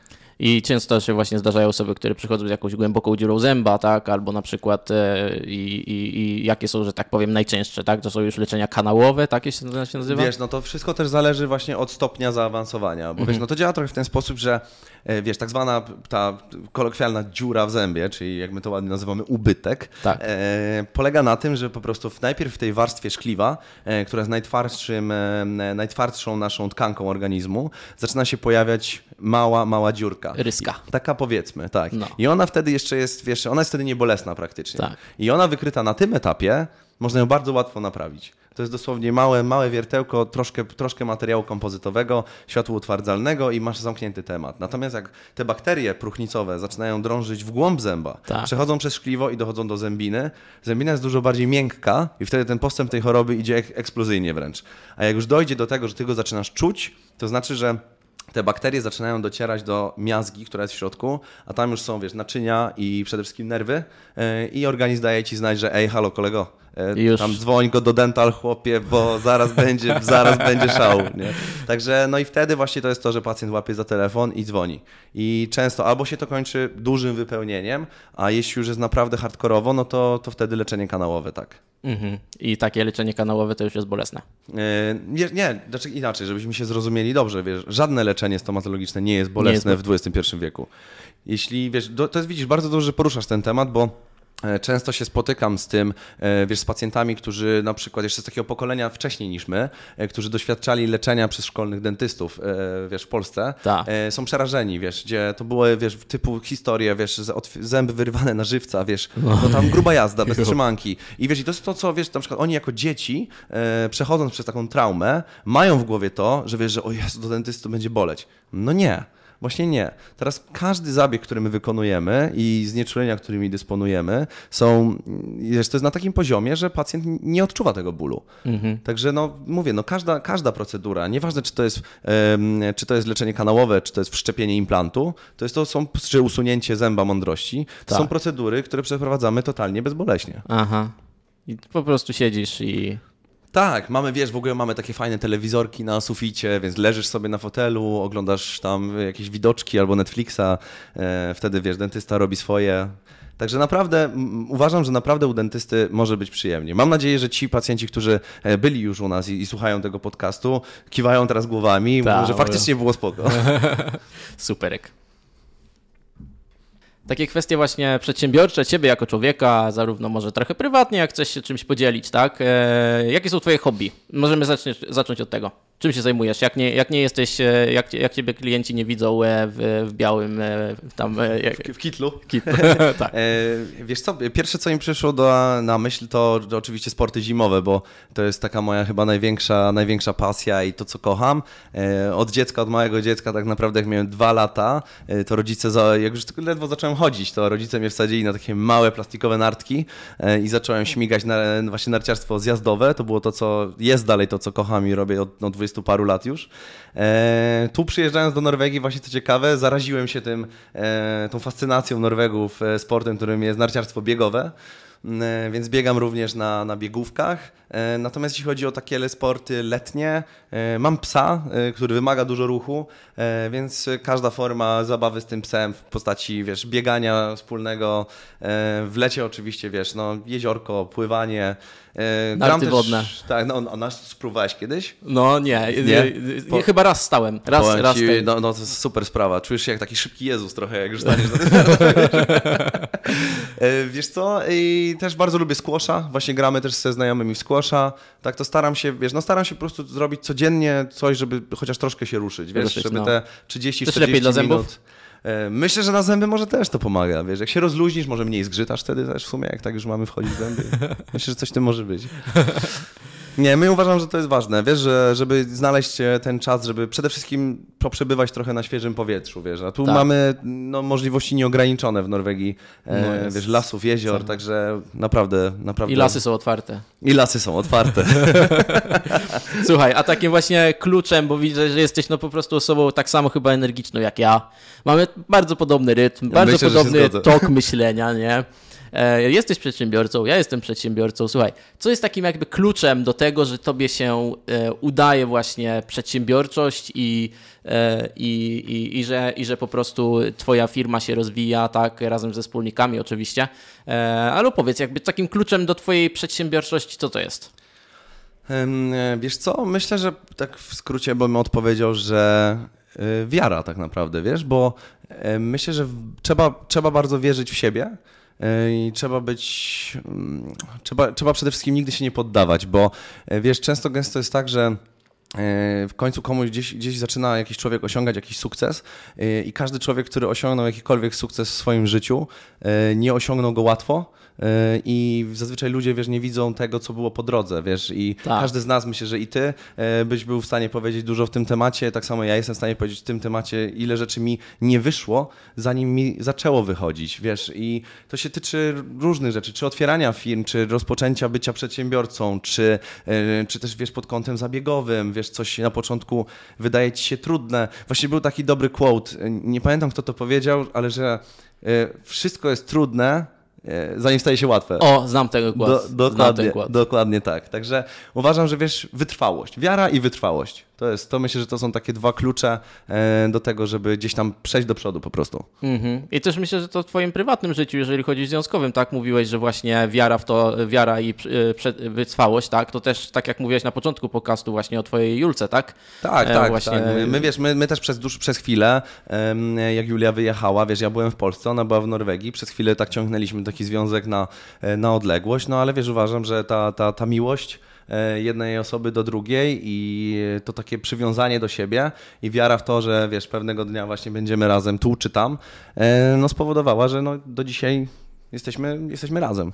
I często się właśnie zdarzają osoby, które przychodzą z jakąś głęboką dziurą zęba, tak, albo na przykład e, i, i, i jakie są, że tak powiem, najczęstsze, tak, to są już leczenia kanałowe, takie się, to się nazywa? Wiesz, no to wszystko też zależy właśnie od stopnia zaawansowania, bo mm-hmm. wiesz, no to działa trochę w ten sposób, że wiesz, tak zwana ta kolokwialna dziura w zębie, czyli jak my to ładnie nazywamy ubytek, tak. e, polega na tym, że po prostu najpierw w tej warstwie szkliwa, e, która jest najtwardszym, e, najtwardszą naszą tkanką organizmu, zaczyna się pojawiać mała, mała dziurka. Ryska. I, taka powiedzmy, tak. No. I ona wtedy jeszcze jest, wiesz, ona jest wtedy niebolesna praktycznie. Tak. I ona wykryta na tym etapie, można ją bardzo łatwo naprawić. To jest dosłownie małe, małe wiertełko, troszkę, troszkę materiału kompozytowego, światło utwardzalnego i masz zamknięty temat. Natomiast jak te bakterie próchnicowe zaczynają drążyć w głąb zęba, tak. przechodzą przez szkliwo i dochodzą do zębiny, zębina jest dużo bardziej miękka i wtedy ten postęp tej choroby idzie eksplozyjnie wręcz. A jak już dojdzie do tego, że ty go zaczynasz czuć, to znaczy, że te bakterie zaczynają docierać do miazgi, która jest w środku, a tam już są, wiesz, naczynia i przede wszystkim nerwy yy, i organizm daje ci znać, że ej, halo kolego, yy, tam dzwoń go do dental, chłopie, bo zaraz będzie, zaraz będzie szał, nie? Także no i wtedy właśnie to jest to, że pacjent łapie za telefon i dzwoni. I często albo się to kończy dużym wypełnieniem, a jeśli już jest naprawdę hardkorowo, no to, to wtedy leczenie kanałowe, tak. Mhm. I takie leczenie kanałowe to już jest bolesne. Nie, nie, znaczy inaczej, żebyśmy się zrozumieli dobrze, wiesz, żadne leczenie stomatologiczne nie jest bolesne nie jest... w dwudziestym pierwszym wieku. Jeśli, wiesz, to jest, widzisz, bardzo dobrze, że poruszasz ten temat, bo często się spotykam z tym, wiesz, z pacjentami, którzy na przykład jeszcze z takiego pokolenia wcześniej niż my, którzy doświadczali leczenia przez szkolnych dentystów, wiesz, w Polsce, Ta. są przerażeni, wiesz, gdzie to były, wiesz, typu historie, wiesz, zęby wyrywane na żywca, wiesz, no, no tam gruba jazda, bez trzymanki. I wiesz, i to jest to, co, wiesz, na przykład oni jako dzieci, przechodząc przez taką traumę, mają w głowie to, że wiesz, że o Jezu, do dentysty to będzie boleć. No nie. Właśnie nie. Teraz każdy zabieg, który my wykonujemy i znieczulenia, którymi dysponujemy, są, wiesz, to jest na takim poziomie, że pacjent nie odczuwa tego bólu. Mhm. Także no mówię, no każda, każda procedura, nieważne czy to jest, um, czy to jest leczenie kanałowe, czy to jest wszczepienie implantu, to jest to są, czy usunięcie zęba mądrości, to tak. są procedury, które przeprowadzamy totalnie bezboleśnie. Aha. I po prostu siedzisz i... Tak, mamy, wiesz, w ogóle mamy takie fajne telewizorki na suficie, więc leżysz sobie na fotelu, oglądasz tam jakieś widoczki albo Netflixa, e, wtedy, wiesz, dentysta robi swoje. Także naprawdę m, uważam, że naprawdę u dentysty może być przyjemnie. Mam nadzieję, że ci pacjenci, którzy byli już u nas i, i słuchają tego podcastu, kiwają teraz głowami, Ta, mówią, że faktycznie było spoko. Superek. Takie kwestie właśnie przedsiębiorcze, ciebie jako człowieka, zarówno może trochę prywatnie, jak chcesz się czymś podzielić, tak? E, jakie są twoje hobby? Możemy zacząć, zacząć od tego. Czym się zajmujesz? Jak nie, jak nie jesteś, jak, jak ciebie klienci nie widzą w, w białym tam... Jak... W, w kitlu? kitlu. Tak. E, wiesz co, pierwsze co mi przyszło do, na myśl to, to oczywiście sporty zimowe, bo to jest taka moja chyba największa, największa pasja i to co kocham. E, od dziecka, od małego dziecka tak naprawdę jak miałem dwa lata, e, to rodzice, za, jak już tylko ledwo zacząłem chodzić, to rodzice mnie wsadzili na takie małe plastikowe nartki e, i zacząłem śmigać na właśnie narciarstwo zjazdowe. To było to, co jest dalej to, co kocham i robię od no, dwudziestu paru lat już. E, tu przyjeżdżając do Norwegii, właśnie co ciekawe, zaraziłem się tym, e, tą fascynacją Norwegów e, sportem, którym jest narciarstwo biegowe. Więc biegam również na, na biegówkach. Natomiast jeśli chodzi o takie sporty letnie, mam psa, który wymaga dużo ruchu, więc każda forma zabawy z tym psem w postaci, wiesz, biegania wspólnego, w lecie oczywiście, wiesz, no, jeziorko, pływanie. Narty też, wodne. Tak, no, a nasz spróbowałeś kiedyś? No nie, nie? nie, nie chyba raz stałem. Raz, raz ci, no, no to jest super sprawa. Czujesz się jak taki szybki Jezus trochę, jak już staniesz na tym. Wiesz co, i też bardzo lubię squasha, właśnie gramy też ze znajomymi w squasha, tak to staram się, wiesz, no staram się po prostu zrobić codziennie coś, żeby chociaż troszkę się ruszyć, wiesz, ruszyć, żeby no. te trzydzieści czterdzieści lepiej dla minut... zębów? Myślę, że na zęby może też to pomaga, wiesz, jak się rozluźnisz, może mniej zgrzytasz wtedy też w sumie, jak tak już mamy wchodzić w zęby. Myślę, że coś w tym może być. Nie, my uważam, że to jest ważne, wiesz, że, żeby znaleźć ten czas, żeby przede wszystkim poprzebywać trochę na świeżym powietrzu, wiesz, a tu tak. mamy no, możliwości nieograniczone w Norwegii, no e, wiesz, lasów, jezior, co? Także naprawdę, naprawdę... I lasy są otwarte. I lasy są otwarte. Słuchaj, a takim właśnie kluczem, bo widzę, że jesteś no po prostu osobą tak samo chyba energiczną jak ja, mamy bardzo podobny rytm, ja bardzo myślę, podobny tok myślenia, nie? Jesteś przedsiębiorcą, ja jestem przedsiębiorcą. Słuchaj, co jest takim jakby kluczem do tego, że tobie się udaje właśnie przedsiębiorczość i, i, i, i, że, i że po prostu twoja firma się rozwija, tak, razem ze wspólnikami oczywiście. Ale powiedz, jakby takim kluczem do twojej przedsiębiorczości, co to jest? Wiesz co, myślę, że tak w skrócie bym odpowiedział, że wiara tak naprawdę, wiesz, bo myślę, że trzeba, trzeba bardzo wierzyć w siebie. I trzeba być, trzeba, trzeba przede wszystkim nigdy się nie poddawać, bo wiesz, często gęsto jest tak, że w końcu komuś gdzieś, gdzieś zaczyna jakiś człowiek osiągać jakiś sukces i każdy człowiek, który osiągnął jakikolwiek sukces w swoim życiu, nie osiągnął go łatwo. I zazwyczaj ludzie, wiesz, nie widzą tego, co było po drodze, wiesz, i tak. każdy z nas, myślę, że i ty byś był w stanie powiedzieć dużo w tym temacie, tak samo ja jestem w stanie powiedzieć w tym temacie, ile rzeczy mi nie wyszło, zanim mi zaczęło wychodzić, wiesz, i to się tyczy różnych rzeczy, czy otwierania firm, czy rozpoczęcia bycia przedsiębiorcą, czy, czy też, wiesz, pod kątem zabiegowym, wiesz, coś na początku wydaje ci się trudne. Właśnie był taki dobry quote, nie pamiętam, kto to powiedział, ale że wszystko jest trudne, zanim staje się łatwe. O, znam tego głos. Do, dokładnie, znam ten głos. Dokładnie tak. Także uważam, że wiesz, wytrwałość, wiara i wytrwałość. To jest, to myślę, że to są takie dwa klucze e, do tego, żeby gdzieś tam przejść do przodu po prostu. Mm-hmm. I też myślę, że to w twoim prywatnym życiu, jeżeli chodzi o związkowym, tak, mówiłeś, że właśnie wiara w to, wiara i y, wytrwałość, tak, to też tak jak mówiłeś na początku podcastu właśnie o twojej Julce, tak? Tak, e, tak, właśnie... tak. My, my, wiesz, my, my też przez, dłuż, przez chwilę, um, jak Julia wyjechała, wiesz, ja byłem w Polsce, ona była w Norwegii, przez chwilę tak ciągnęliśmy taki związek na, na odległość, no ale wiesz, uważam, że ta, ta, ta miłość jednej osoby do drugiej i to takie przywiązanie do siebie i wiara w to, że wiesz, pewnego dnia właśnie będziemy razem tu czy tam, no spowodowała, że no do dzisiaj jesteśmy, jesteśmy razem.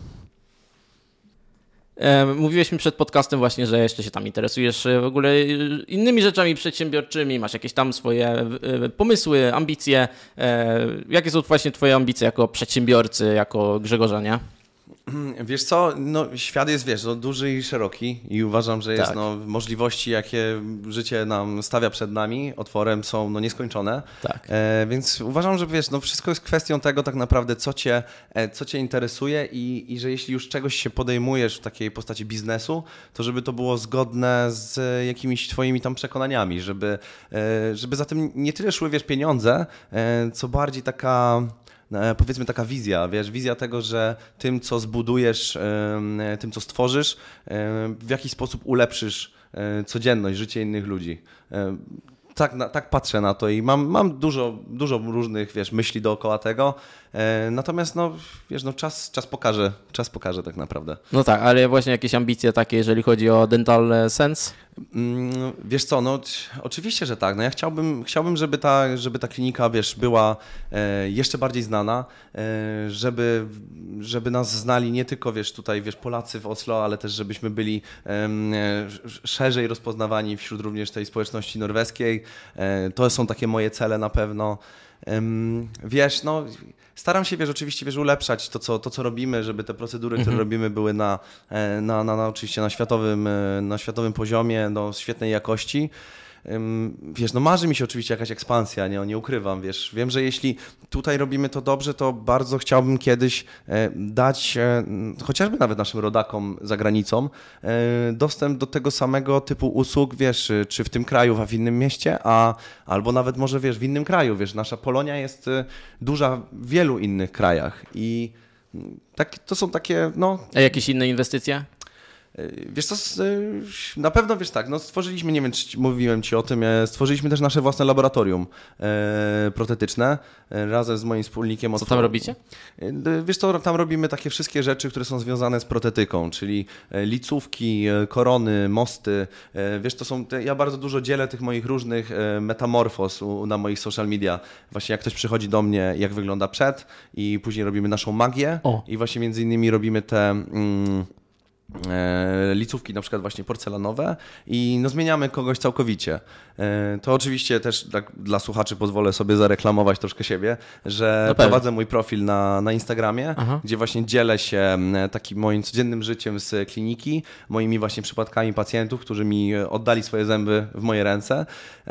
Mówiłeś mi przed podcastem właśnie, że jeszcze się tam interesujesz w ogóle innymi rzeczami przedsiębiorczymi, masz jakieś tam swoje pomysły, ambicje. Jakie są właśnie twoje ambicje jako przedsiębiorcy, jako Grzegorza, nie? Wiesz co, no, świat jest, wiesz, no, duży i szeroki i uważam, że jest, tak. no, możliwości, jakie życie nam stawia przed nami, otworem są no, nieskończone, tak. e, więc uważam, że wiesz, no, wszystko jest kwestią tego tak naprawdę, co cię, e, co cię interesuje i, i że jeśli już czegoś się podejmujesz w takiej postaci biznesu, to żeby to było zgodne z jakimiś twoimi tam przekonaniami, żeby, e, żeby za tym nie tyle szły, wiesz, pieniądze, e, co bardziej taka... powiedzmy taka wizja, wiesz, wizja tego, że tym, co zbudujesz, tym, co stworzysz, w jakiś sposób ulepszysz codzienność, życie innych ludzi. Tak, tak patrzę na to i mam, mam dużo, dużo różnych, wiesz, myśli dookoła tego, natomiast no, wiesz, no czas, czas pokaże, czas pokaże tak naprawdę. No tak, ale właśnie jakieś ambicje takie, jeżeli chodzi o Dental Sense? Wiesz co, no oczywiście, że tak. No ja chciałbym, chciałbym żeby, ta, żeby ta klinika, wiesz, była e, jeszcze bardziej znana, e, żeby, żeby nas znali nie tylko, wiesz, tutaj, wiesz, Polacy w Oslo, ale też żebyśmy byli e, szerzej rozpoznawani wśród również tej społeczności norweskiej. E, to są takie moje cele na pewno. E, wiesz, no... Staram się, wiesz, oczywiście, wiesz, ulepszać to co, to, co robimy, żeby te procedury, które mhm. robimy, były na, na, na, na oczywiście na światowym, na światowym poziomie, do świetnej jakości. Wiesz, no marzy mi się oczywiście jakaś ekspansja, nie, nie ukrywam, wiesz. Wiem, że jeśli tutaj robimy to dobrze, to bardzo chciałbym kiedyś dać, chociażby nawet naszym rodakom za granicą, dostęp do tego samego typu usług, wiesz, czy w tym kraju, a w innym mieście, a albo nawet może, wiesz, w innym kraju, wiesz, nasza Polonia jest duża w wielu innych krajach i tak, to są takie, no... A jakieś inne inwestycje? Wiesz co, na pewno wiesz tak, no stworzyliśmy, nie wiem czy mówiłem Ci o tym, stworzyliśmy też nasze własne laboratorium e, protetyczne e, razem z moim wspólnikiem. Co tam robicie? Wiesz co, tam robimy takie wszystkie rzeczy, które są związane z protetyką, czyli licówki, korony, mosty. E, wiesz, to są, te, ja bardzo dużo dzielę tych moich różnych metamorfos u, na moich social media. Właśnie jak ktoś przychodzi do mnie, jak wygląda przed i później robimy naszą magię o. i właśnie między innymi robimy te... Mm, licówki na przykład właśnie porcelanowe i no zmieniamy kogoś całkowicie. To oczywiście też tak dla słuchaczy pozwolę sobie zareklamować troszkę siebie, że no prowadzę mój profil na, na Instagramie, Aha. gdzie właśnie dzielę się takim moim codziennym życiem z kliniki, moimi właśnie przypadkami pacjentów, którzy mi oddali swoje zęby w moje ręce.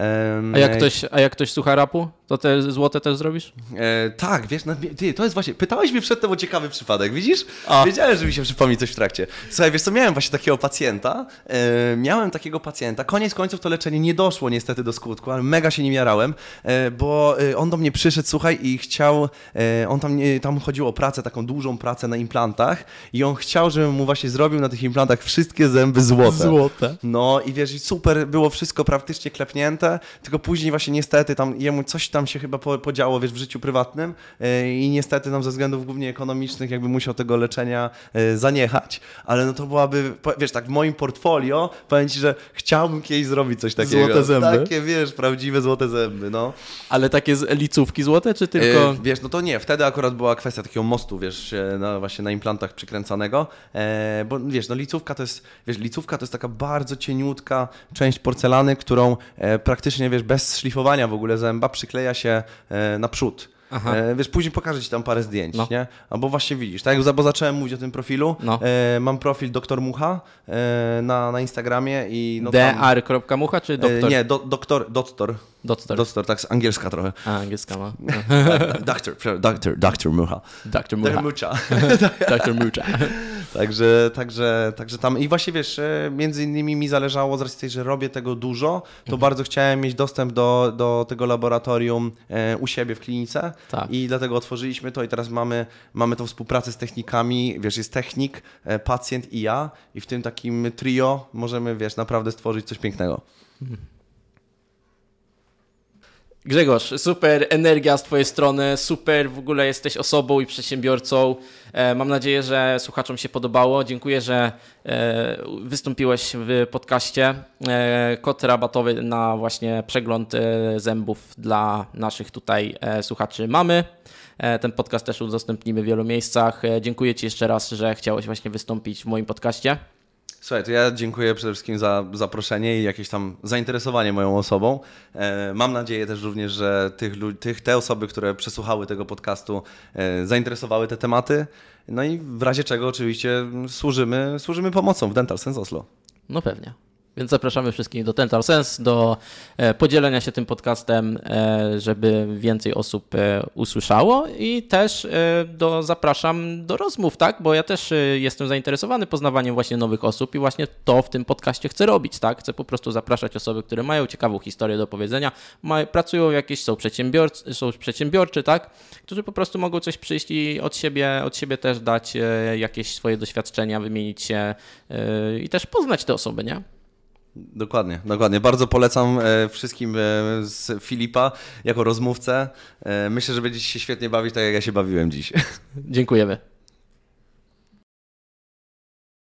A jak ktoś, a jak ktoś słucha rapu, to te złote też zrobisz? E, tak, wiesz, no, ty, to jest właśnie, pytałeś mnie przedtem o ciekawy przypadek, widzisz? A. Wiedziałem, że mi się przypomni coś w trakcie. Słuchaj, wiesz co, miałem właśnie takiego pacjenta, e, miałem takiego pacjenta, koniec końców to leczenie nie doszło niestety do skutku, ale mega się nim jarałem, e, bo on do mnie przyszedł, słuchaj, i chciał, e, on tam, tam chodziło o pracę, taką dużą pracę na implantach i on chciał, żebym mu właśnie zrobił na tych implantach wszystkie zęby złote. Złote. No i wiesz, super, było wszystko praktycznie klepnięte, tylko później właśnie niestety tam jemu coś tam się chyba podziało, wiesz, w życiu prywatnym e, i niestety nam ze względów głównie ekonomicznych jakby musiał tego leczenia e, zaniechać, ale no to byłaby, wiesz, tak w moim portfolio, powiem Ci, że chciałbym kiedyś zrobić coś takiego. Złote zęby? Takie, wiesz, prawdziwe złote zęby, no. Ale takie licówki złote, czy tylko... E, wiesz, no to nie, wtedy akurat była kwestia takiego mostu, wiesz, na, właśnie na implantach przykręcanego, e, bo wiesz, no licówka to jest, wiesz, licówka to jest taka bardzo cieniutka część porcelany, którą e, praktycznie, wiesz, bez szlifowania w ogóle zęba przykleja się e, na przód. E, wiesz, później pokażę Ci tam parę zdjęć, no. nie? Albo właśnie widzisz, tak jak bo zacząłem mówić o tym profilu, no. e, mam profil doktor Mucha e, na, na Instagramie i no D R kropka mucha czy doktor? E, nie, do, doktor, doktor. Doctor. Doctor, tak z angielska trochę. A, angielska ma. Doktor, doktor, doktor Mucha. Doktor Mucha. Mucha. Doktor Mucha. Także, także, także tam i właśnie wiesz, między innymi mi zależało z racji tej, że robię tego dużo, to mhm. bardzo chciałem mieć dostęp do, do tego laboratorium u siebie w klinice tak. i dlatego otworzyliśmy to i teraz mamy, mamy tą współpracę z technikami, wiesz, jest technik, pacjent i ja i w tym takim trio możemy, wiesz, naprawdę stworzyć coś pięknego. Mhm. Grzegorz, super energia z twojej strony, super w ogóle jesteś osobą i przedsiębiorcą. Mam nadzieję, że słuchaczom się podobało. Dziękuję, że wystąpiłeś w podcaście. Kod rabatowy na właśnie przegląd zębów dla naszych tutaj słuchaczy mamy. Ten podcast też udostępnimy w wielu miejscach. Dziękuję ci jeszcze raz, że chciałeś właśnie wystąpić w moim podcaście. Słuchaj, to ja dziękuję przede wszystkim za zaproszenie i jakieś tam zainteresowanie moją osobą. Mam nadzieję też również, że tych, tych, te osoby, które przesłuchały tego podcastu, zainteresowały te tematy. No i w razie czego oczywiście służymy, służymy pomocą w Dental Sense Oslo. No pewnie. Więc zapraszamy wszystkich do Dental Sense, do podzielenia się tym podcastem, żeby więcej osób usłyszało i też do, zapraszam do rozmów, tak? Bo ja też jestem zainteresowany poznawaniem właśnie nowych osób i właśnie to w tym podcaście chcę robić, tak? Chcę po prostu zapraszać osoby, które mają ciekawą historię do powiedzenia, mają, pracują jakieś, są przedsiębiorcy, są przedsiębiorczy, tak? Którzy po prostu mogą coś przyjść i od siebie, od siebie też dać jakieś swoje doświadczenia, wymienić się i też poznać te osoby, nie? Dokładnie, dokładnie. Bardzo polecam wszystkim z Filipa jako rozmówcę. Myślę, że będziecie się świetnie bawić, tak jak ja się bawiłem dziś. Dziękujemy.